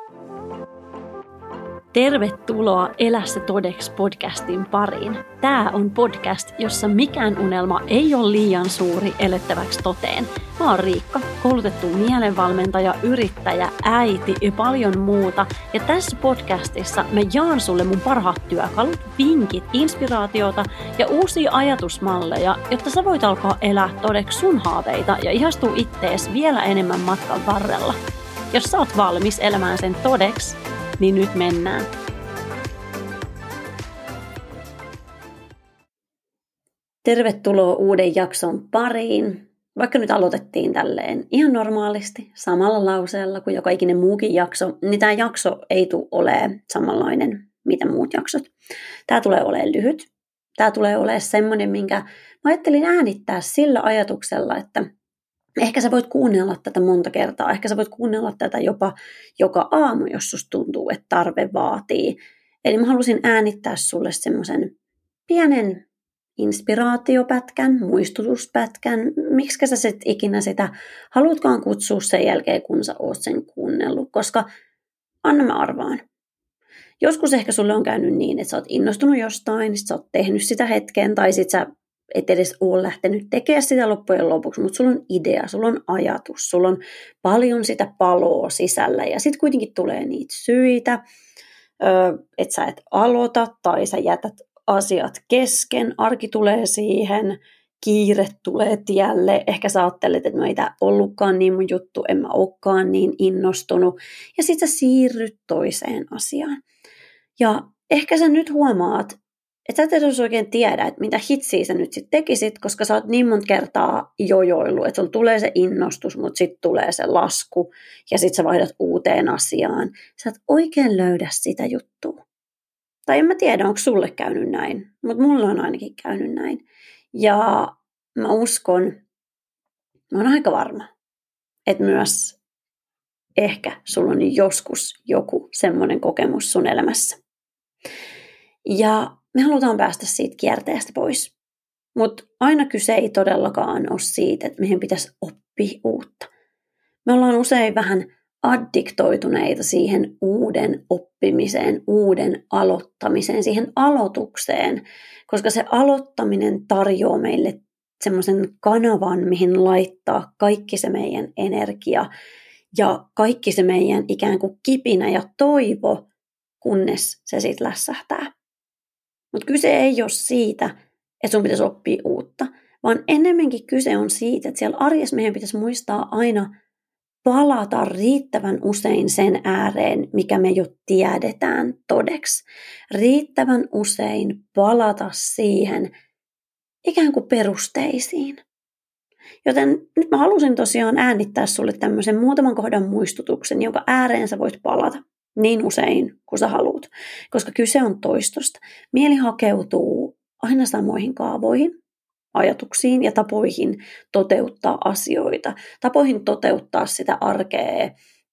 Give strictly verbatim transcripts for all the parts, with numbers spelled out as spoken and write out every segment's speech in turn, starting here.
Tervetuloa Elä se todeksi podcastin pariin. Tämä on podcast, jossa mikään unelma ei ole liian suuri elettäväksi toteen. Mä oon Riikka, koulutettu mielenvalmentaja, yrittäjä, äiti ja paljon muuta. Ja tässä podcastissa mä jaan sulle mun parhaat työkalut, vinkit, inspiraatiota ja uusia ajatusmalleja, jotta sä voit alkaa elää todeksi sun haaveita ja ihastua ittees vielä enemmän matkan varrella. Jos sä oot valmis elämään sen todeksi, niin nyt mennään. Tervetuloa uuden jakson pariin. Vaikka nyt aloitettiin tälleen ihan normaalisti, samalla lauseella kuin joka ikinen muukin jakso, niin tämä jakso ei tule olemaan samanlainen, mitä muut jaksot. Tämä tulee olemaan lyhyt. Tämä tulee olemaan semmoinen, minkä mä ajattelin äänittää sillä ajatuksella, että ehkä sä voit kuunnella tätä monta kertaa. Ehkä sä voit kuunnella tätä jopa joka aamu, jos susta tuntuu, että tarve vaatii. Eli mä halusin äänittää sulle semmoisen pienen inspiraatiopätkän, muistutuspätkän, miksi sä sit ikinä sitä haluatkaan kutsua sen jälkeen, kun sä oot sen kuunnellut, koska anna mä arvaan. Joskus ehkä sulle on käynyt niin, että sä oot innostunut jostain, sit sä oot tehnyt sitä hetken, tai sit sä et edes ole lähtenyt tekemään sitä loppujen lopuksi, mutta sulla on idea, sulla on ajatus, sulla on paljon sitä paloa sisällä, ja sitten kuitenkin tulee niitä syitä, että sä et aloita, tai sä jätät asiat kesken, arki tulee siihen, kiire tulee tielle, ehkä sä ajattelet, että no ei tää ollutkaan niin mun juttu, en mä olekaan niin innostunut, ja sit sä siirryt toiseen asiaan. Ja ehkä sä nyt huomaat, että sä et edes oikein tiedä, että mitä hitsiä sä nyt sit tekisit, koska sä oot niin monta kertaa jojoillut, että sulla tulee se innostus, mutta sitten tulee se lasku, ja sit sä vaihdat uuteen asiaan. Sä et oikein löydä sitä juttua. Tai en mä tiedä, onko sulle käynyt näin, mutta mulla on ainakin käynyt näin. Ja mä uskon, mä oon aika varma, että myös ehkä sulla on joskus joku semmoinen kokemus sun elämässä. Ja me halutaan päästä siitä kierteestä pois. Mutta aina kyse ei todellakaan ole siitä, että meidän pitäisi oppia uutta. Me ollaan usein vähän addiktoituneita siihen uuden oppimiseen, uuden aloittamiseen, siihen aloitukseen, koska se aloittaminen tarjoaa meille semmoisen kanavan, mihin laittaa kaikki se meidän energia ja kaikki se meidän ikään kuin kipinä ja toivo, kunnes se sitten lässähtää. Mutta kyse ei ole siitä, että sun pitäisi oppia uutta, vaan enemmänkin kyse on siitä, että siellä arjessa meidän pitäisi muistaa aina palata riittävän usein sen ääreen, mikä me jo tiedetään todeksi. Riittävän usein palata siihen ikään kuin perusteisiin. Joten nyt mä halusin tosiaan äänittää sulle tämmöisen muutaman kohdan muistutuksen, jonka ääreen sä voit palata niin usein kuin sä haluat, koska kyse on toistosta. Mieli hakeutuu aina samoihin kaavoihin, ajatuksiin ja tapoihin toteuttaa asioita, tapoihin toteuttaa sitä arkea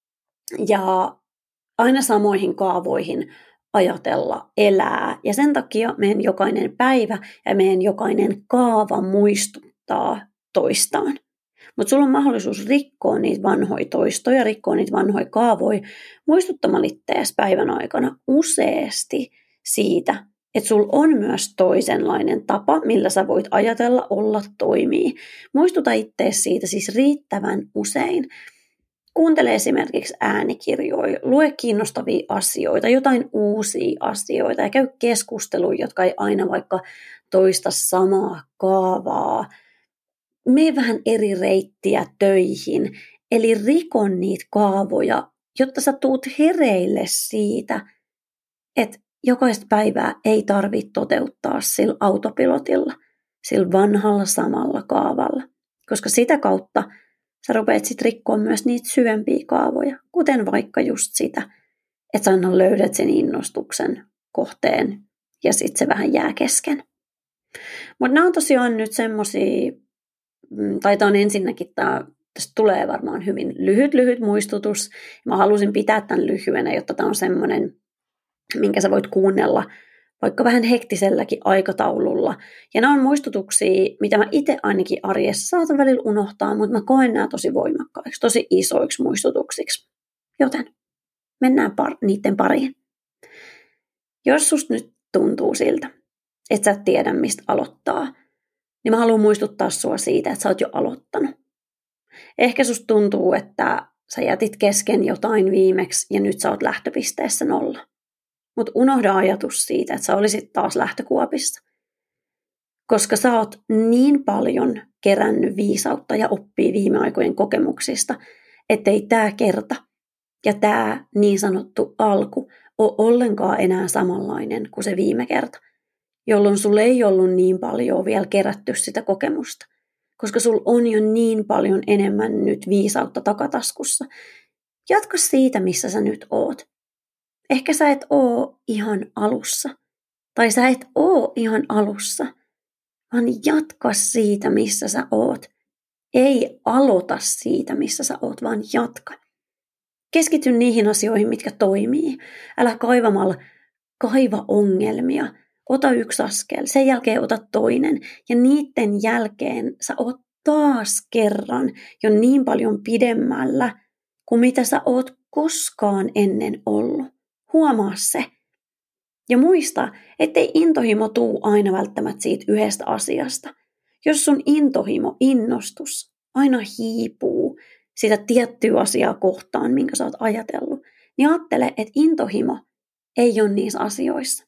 ja aina samoihin kaavoihin ajatella, elää. Ja sen takia meidän jokainen päivä ja meidän jokainen kaava muistuttaa toistaan. Mutta sulla on mahdollisuus rikkoa niitä vanhoja toistoja, rikkoa niitä vanhoja kaavoja muistuttamalla itseäsi päivän aikana useasti siitä, että sulla on myös toisenlainen tapa, millä sä voit ajatella, olla, toimii. Muistuta itseäsi siitä siis riittävän usein. Kuuntele esimerkiksi äänikirjoja, lue kiinnostavia asioita, jotain uusia asioita ja käy keskusteluja, jotka ei aina vaikka toista samaa kaavaa. Mene vähän eri reittiä töihin, eli rikon niitä kaavoja, jotta sä tuut hereille siitä, että jokaista päivää ei tarvitse toteuttaa sillä autopilotilla, sillä vanhalla samalla kaavalla, koska sitä kautta sä rupeat sit rikkoa myös niitä syvempiä kaavoja, kuten vaikka just sitä, että sä aina löydät sen innostuksen kohteen ja sitten se vähän jää kesken. Mutta nämä on tosiaan nyt semmosia, tai tämä on ensinnäkin, tää, tästä tulee varmaan hyvin lyhyt, lyhyt muistutus. Mä halusin pitää tämän lyhyenä, jotta tämä on semmoinen, minkä sä voit kuunnella vaikka vähän hektiselläkin aikataululla. Ja nämä on muistutuksia, mitä mä itse ainakin arjessa saatan välillä unohtaa, mutta mä koen nämä tosi voimakkaiksi, tosi isoiksi muistutuksiksi. Joten Mennään par- niiden pariin. Jos susta nyt tuntuu siltä, että sä et tiedä mistä aloittaa, niin mä haluan muistuttaa sua siitä, että sä oot jo aloittanut. Ehkä susta tuntuu, että sä jätit kesken jotain viimeksi ja nyt sä oot lähtöpisteessä nolla. Mutta unohda ajatus siitä, että sä olisit taas lähtökuopissa. Koska sä oot niin paljon kerännyt viisautta ja oppii viime aikojen kokemuksista, ettei tää kerta ja tää niin sanottu alku ole ollenkaan enää samanlainen kuin se viime kerta, jolloin sulle ei ollut niin paljon vielä kerätty sitä kokemusta, koska sulla on jo niin paljon enemmän nyt viisautta takataskussa. Jatka siitä, missä sä nyt oot. Ehkä sä et oo ihan alussa, tai sä et oo ihan alussa, vaan jatka siitä, missä sä oot. Ei aloita siitä, missä sä oot, vaan jatka. Keskity niihin asioihin, mitkä toimii. Älä kaivamalla kaiva ongelmia. Ota yksi askel, sen jälkeen ota toinen. Ja niiden jälkeen sä oot taas kerran jo niin paljon pidemmällä kuin mitä sä oot koskaan ennen ollut. Huomaa se. Ja muista, ettei intohimo tuu aina välttämättä siitä yhdestä asiasta. Jos sun intohimo, innostus aina hiipuu sitä tiettyä asiaa kohtaan, minkä sä oot ajatellut, niin ajattele, että intohimo ei ole niissä asioissa.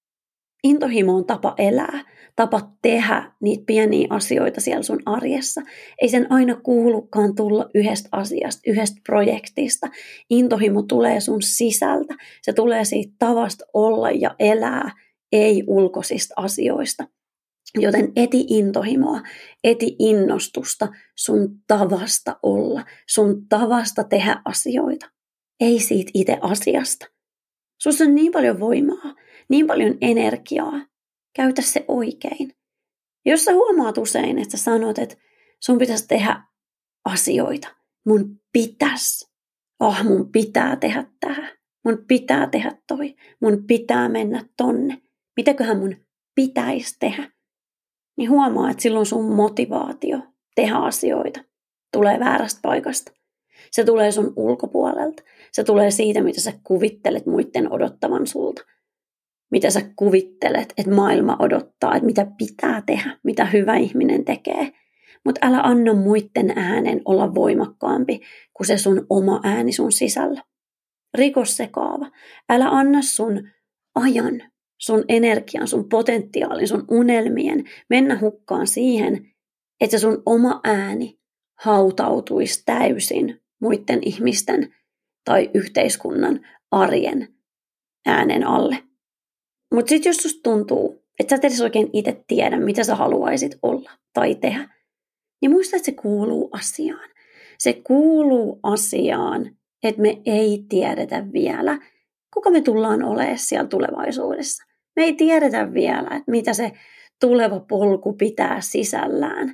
Intohimo on tapa elää, tapa tehdä niitä pieniä asioita siellä sun arjessa. Ei sen aina kuulukaan tulla yhdestä asiasta, yhdestä projektista. Intohimo tulee sun sisältä. Se tulee siitä tavasta olla ja elää, ei ulkoisista asioista. Joten eti intohimoa, eti innostusta sun tavasta olla, sun tavasta tehdä asioita. Ei siitä itse asiasta. Sussa on niin paljon voimaa, niin paljon energiaa. Käytä se oikein. Jos sä huomaat usein, että sä sanot, että sun pitäisi tehdä asioita. Mun pitäisi. Oh, mun pitää tehdä tää. Mun pitää tehdä toi. Mun pitää mennä tonne. Mitäköhän mun pitäisi tehdä? Niin huomaa, että silloin sun motivaatio tehdä asioita tulee väärästä paikasta. Se tulee sun ulkopuolelta. Se tulee siitä, mitä sä kuvittelet muiden odottavan sulta. Mitä sä kuvittelet, että maailma odottaa, että mitä pitää tehdä, mitä hyvä ihminen tekee. Mutta älä anna muiden äänen olla voimakkaampi kuin se sun oma ääni sun sisällä. Riko se kaava. Älä anna sun ajan, sun energian, sun potentiaalin, sun unelmien mennä hukkaan siihen, että se sun oma ääni hautautuisi täysin muiden ihmisten tai yhteiskunnan arjen äänen alle. Mutta sitten jos susta tuntuu, että sä et edes oikein itse tiedä, mitä sä haluaisit olla tai tehdä, niin muista, että se kuuluu asiaan. Se kuuluu asiaan, että me ei tiedetä vielä, kuka me tullaan olemaan siellä tulevaisuudessa. Me ei tiedetä vielä, että mitä se tuleva polku pitää sisällään.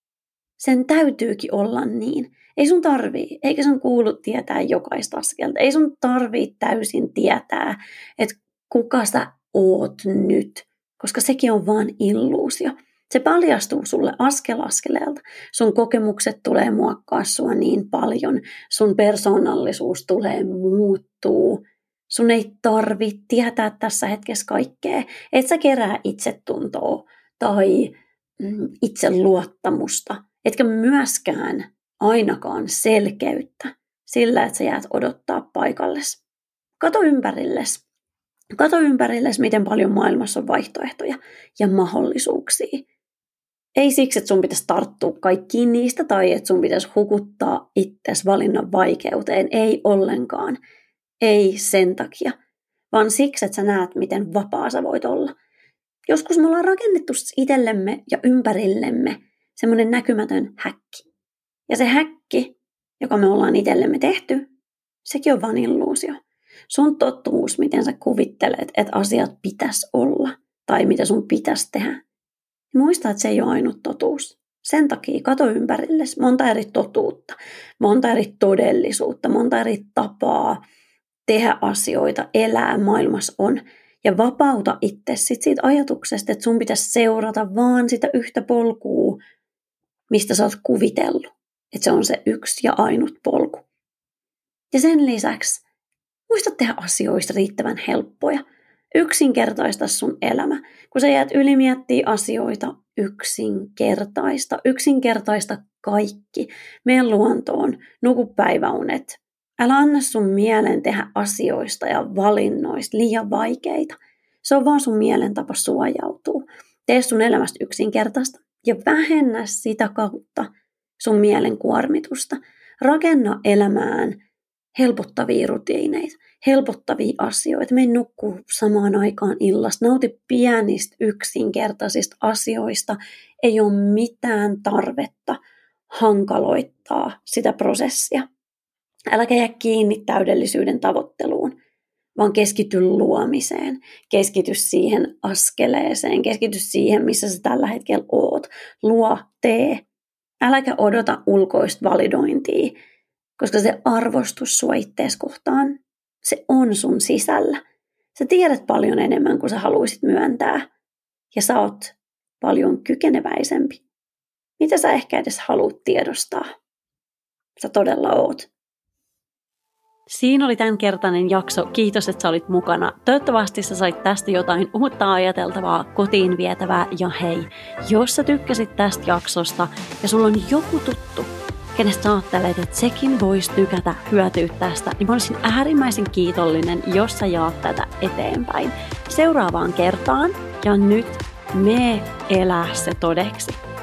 Sen täytyykin olla niin. Ei sun tarvii, eikä sun kuulu tietää jokaista askelta. Ei sun tarvii täysin tietää, että kuka sä oot nyt, koska sekin on vaan illuusio. Se paljastuu sulle askel askeleelta. Sun kokemukset tulee muokkaa sua niin paljon. Sun persoonallisuus tulee muuttuu. Sun ei tarvitse tietää tässä hetkessä kaikkea. Et sä kerää itsetuntoa tai mm, itseluottamusta. Etkä myöskään ainakaan selkeyttä sillä, että sä jäät odottaa paikalles. Kato ympärilles. Kato ympärilles, miten paljon maailmassa on vaihtoehtoja ja mahdollisuuksia. Ei siksi, että sun pitäisi tarttua kaikkiin niistä tai että sun pitäisi hukuttaa itsesi valinnan vaikeuteen. Ei ollenkaan. Ei sen takia, vaan siksi, että sä näet, miten vapaa sä voit olla. Joskus me ollaan rakennettu itsellemme ja ympärillemme semmoinen näkymätön häkki. Ja se häkki, joka me ollaan itsellemme tehty, sekin on vain illuusio. Sun totuus, miten sä kuvittelet, että asiat pitäisi olla tai mitä sun pitäisi tehdä. Muista, että se ei ole ainut totuus. Sen takia kato ympärillesi monta eri totuutta, monta eri todellisuutta, monta eri tapaa tehdä asioita, elää maailmassa on. Ja vapauta itsesi siitä ajatuksesta, että sun pitäisi seurata vaan sitä yhtä polkua, mistä sä oot kuvitellut. Että se on se yksi ja ainut polku. Ja sen lisäksi Muista tehdä asioista riittävän helppoja. Yksinkertaista sun elämä. Kun sä jäät ylimiettiä asioita, yksinkertaista. Yksinkertaista kaikki. Mene luontoon, nuku päiväunet. Älä anna sun mielen tehdä asioista ja valinnoista liian vaikeita. Se on vaan sun mielen tapa suojautua. Tee sun elämästä yksinkertaista ja vähennä sitä kautta sun mielen kuormitusta. Rakenna elämään helpottavia rutiineita, helpottavia asioita. Mene nukkuu samaan aikaan illasta. Nauti pienistä yksinkertaisista asioista. Ei ole mitään tarvetta hankaloittaa sitä prosessia. Äläkä jää kiinni täydellisyyden tavoitteluun, vaan keskity luomiseen. Keskity siihen askeleeseen. Keskity siihen, missä sä tällä hetkellä oot. Luo, tee. Äläkä odota ulkoista validointia, koska se arvostus sua ittees kohtaan, se on sun sisällä. Sä tiedät paljon enemmän kuin sä haluaisit myöntää. Ja sä oot paljon kykeneväisempi. Mitä sä ehkä edes haluat tiedostaa? Sä todella oot. Siinä oli tämänkertainen jakso. Kiitos, että sä olit mukana. Toivottavasti sä sait tästä jotain uutta ajateltavaa, kotiin vietävää. Ja hei, jos sä tykkäsit tästä jaksosta ja sulla on joku tuttu, kenestä sä ajattelet, että sekin voisi tykätä, hyötyä tästä, niin mä olisin äärimmäisen kiitollinen, jos sä jaat tätä eteenpäin. Seuraavaan kertaan ja nyt mee elää se todeksi.